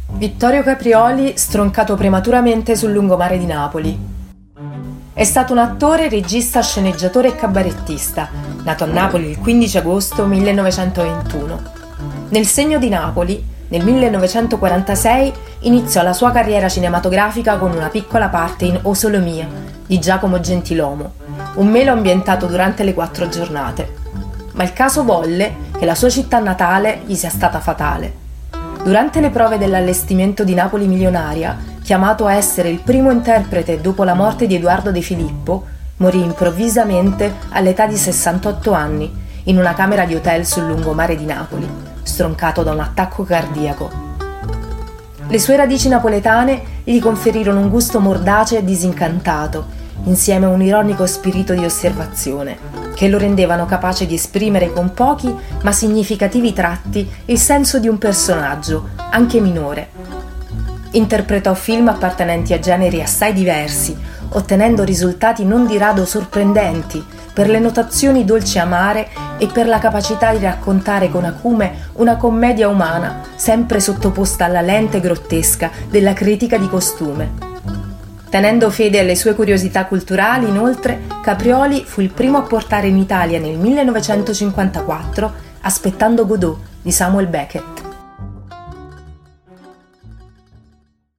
Vittorio Caprioli, stroncato prematuramente sul lungomare di Napoli. È stato un attore, regista, sceneggiatore e cabarettista, nato a Napoli il 15 agosto 1921. Nel Segno di Napoli, nel 1946, iniziò la sua carriera cinematografica con una piccola parte in O solo mia, di Giacomo Gentilomo, un melo ambientato durante le 4 giornate. Ma il caso volle che la sua città natale gli sia stata fatale. Durante le prove dell'allestimento di Napoli Milionaria, chiamato a essere il primo interprete dopo la morte di Edoardo De Filippo, morì improvvisamente all'età di 68 anni in una camera di hotel sul lungomare di Napoli, stroncato da un attacco cardiaco. Le sue radici napoletane gli conferirono un gusto mordace e disincantato, insieme a un ironico spirito di osservazione, che lo rendevano capace di esprimere con pochi ma significativi tratti il senso di un personaggio, anche minore. Interpretò film appartenenti a generi assai diversi, ottenendo risultati non di rado sorprendenti per le notazioni dolci e amare e per la capacità di raccontare con acume una commedia umana sempre sottoposta alla lente grottesca della critica di costume. Tenendo fede alle sue curiosità culturali, inoltre, Caprioli fu il primo a portare in Italia nel 1954 Aspettando Godot di Samuel Beckett.